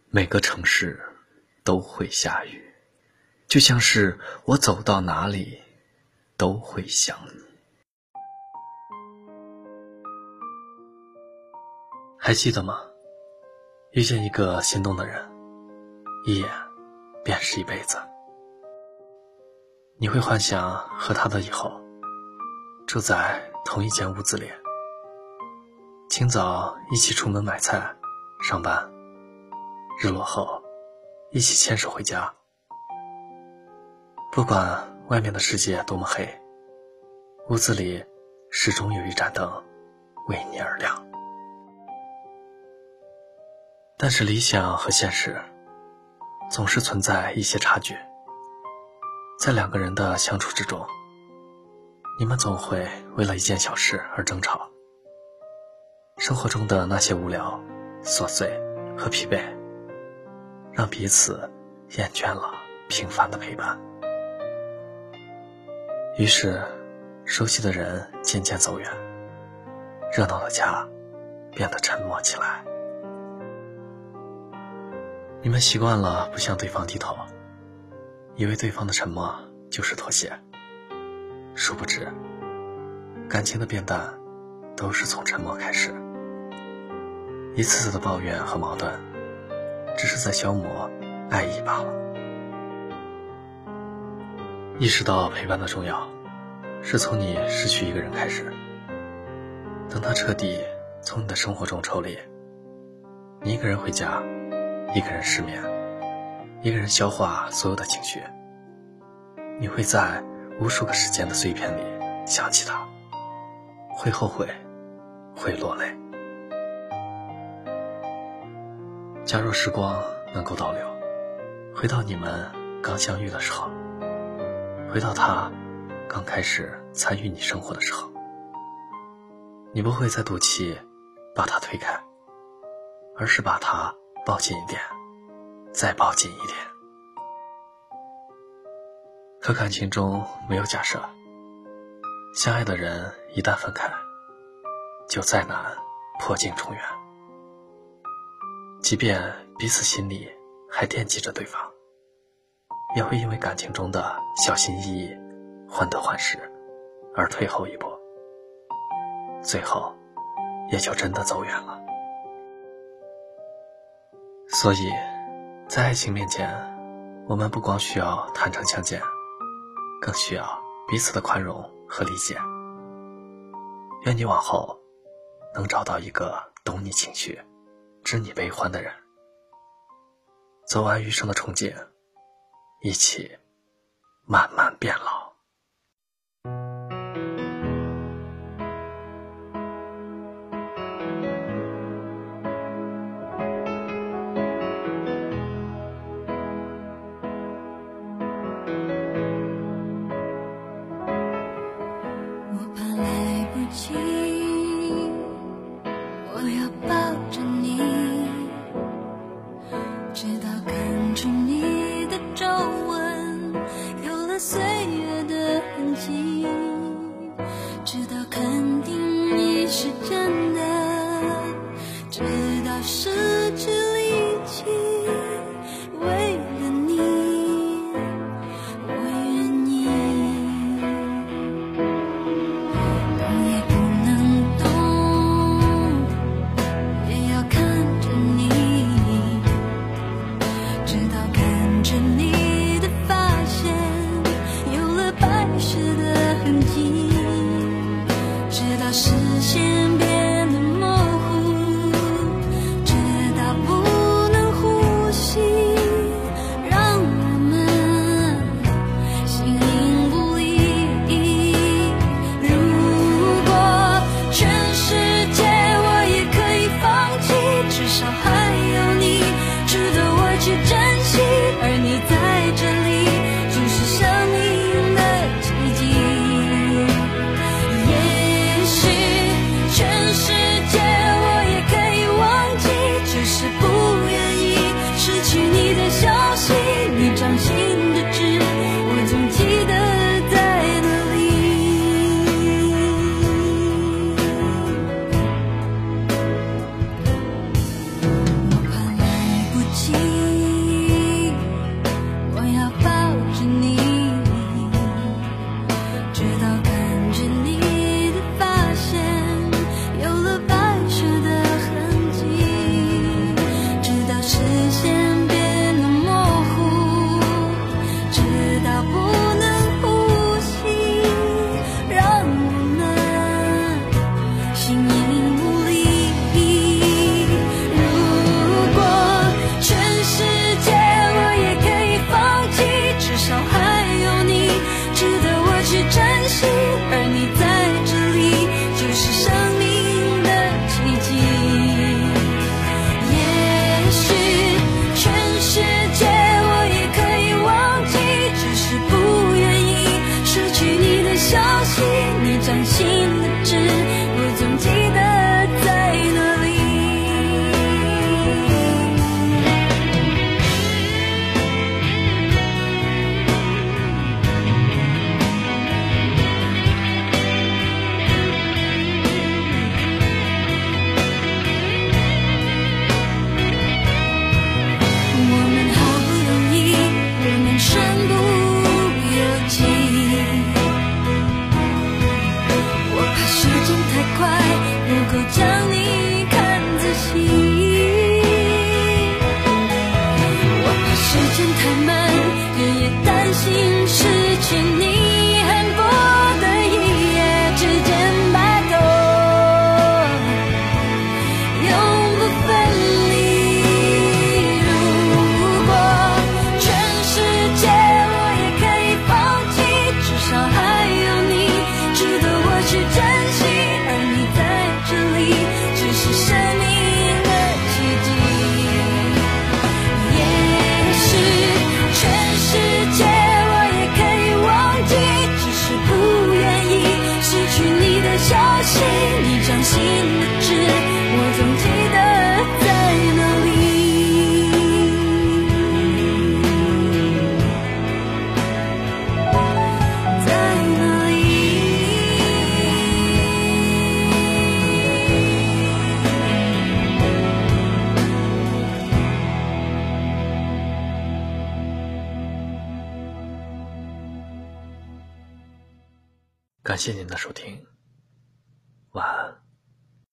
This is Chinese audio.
每个城市都会下雨，就像是我走到哪里都会想你。还记得吗？遇见一个心动的人，一眼便是一辈子。你会幻想和他的以后住在同一间屋子里，清早一起出门买菜上班，日落后一起牵手回家。不管外面的世界多么黑，屋子里始终有一盏灯为你而亮。但是理想和现实总是存在一些差距，在两个人的相处之中，你们总会为了一件小事而争吵。生活中的那些无聊、琐碎和疲惫，让彼此厌倦了平凡的陪伴。于是，熟悉的人渐渐走远，热闹的家变得沉默起来。你们习惯了不向对方低头，以为对方的沉默就是妥协。殊不知，感情的变淡都是从沉默开始。一次次的抱怨和矛盾，只是在消磨爱意罢了。意识到陪伴的重要，是从你失去一个人开始。等他彻底从你的生活中抽离，你一个人回家，一个人失眠，一个人消化所有的情绪。你会在无数个时间的碎片里想起他，会后悔，会落泪。假若时光能够倒流，回到你们刚相遇的时候，回到他刚开始参与你生活的时候，你不会再赌气把他推开，而是把他抱紧一点，再抱紧一点。可感情中没有假设，相爱的人一旦分开，就再难破镜重圆。即便彼此心里还惦记着对方，也会因为感情中的小心翼翼、患得患失而退后一步，最后也就真的走远了。所以在爱情面前，我们不光需要坦诚相见，更需要彼此的宽容和理解。愿你往后能找到一个懂你情绪、知你悲欢的人，走完余生的憧憬，一起慢慢变老。 我怕来不及，我要抱着你，直到看出你的皱纹，有了岁月气，我要抱着你，直到看着你的发线有了白雪的痕迹，直到视线变得模糊，直到不能呼吸，让我们形影不离。如果全世界我也可以放弃，至少还有你值得我去珍惜，而你在这里就是生命的奇迹。也许全世界我也可以忘记，只是不愿意失去你的消息，你掌心的痣我总记得在哪里。我们好不容易，我们身不由己，我怕时间太快，不够将你看仔细，我怕时间太慢，日夜担心失去你，恨不得一夜之间白头，永不分离。如果全世界我也可以放弃，至少还有你值得我去珍惜，而你在这里只是生命的奇迹。也许全世界我也可以忘记，只是不愿意失去你的消息，你掌心的痣我总记得在哪里，在哪里。 感谢您的收听，晚安。